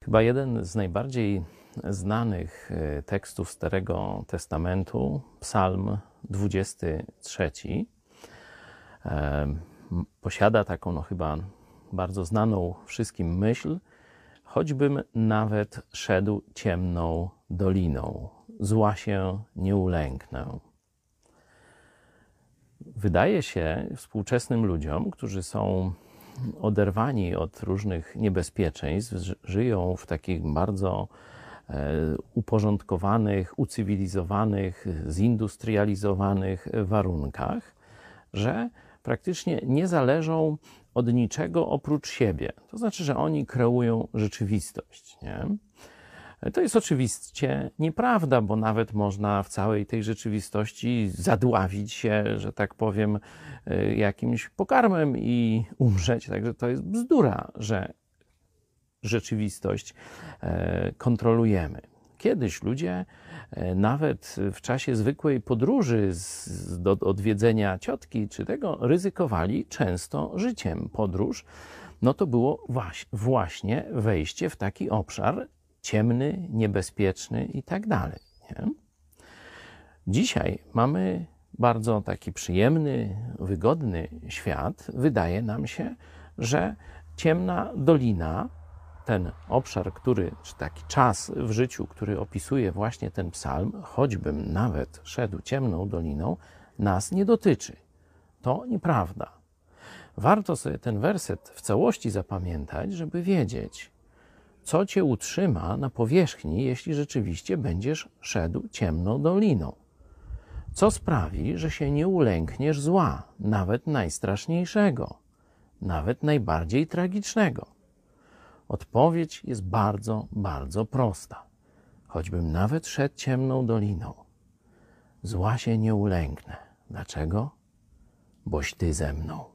Chyba jeden z najbardziej znanych tekstów Starego Testamentu, Psalm 23, posiada taką chyba bardzo znaną wszystkim myśl: choćbym nawet szedł ciemną doliną, zła się nie ulęknę. Wydaje się współczesnym ludziom, którzy są oderwani od różnych niebezpieczeństw, żyją w takich bardzo uporządkowanych, ucywilizowanych, zindustrializowanych warunkach, że praktycznie nie zależą od niczego oprócz siebie. To znaczy, że oni kreują rzeczywistość, nie? To jest oczywiście nieprawda, bo nawet można w całej tej rzeczywistości zadławić się, że tak powiem, jakimś pokarmem i umrzeć. Także to jest bzdura, że rzeczywistość kontrolujemy. Kiedyś ludzie nawet w czasie zwykłej podróży do odwiedzenia ciotki czy tego ryzykowali często życiem. Podróż to było właśnie wejście w taki obszar ciemny, niebezpieczny i tak dalej. Dzisiaj mamy bardzo taki przyjemny, wygodny świat. Wydaje nam się, że ciemna dolina, ten obszar, czy taki czas w życiu, który opisuje właśnie ten psalm, choćbym nawet szedł ciemną doliną, nas nie dotyczy. To nieprawda. Warto sobie ten werset w całości zapamiętać, żeby wiedzieć, co cię utrzyma na powierzchni, jeśli rzeczywiście będziesz szedł ciemną doliną. Co sprawi, że się nie ulękniesz zła, nawet najstraszniejszego, nawet najbardziej tragicznego? Odpowiedź jest bardzo, bardzo prosta. Choćbym nawet szedł ciemną doliną, zła się nie ulęknę. Dlaczego? Boś Ty ze mną.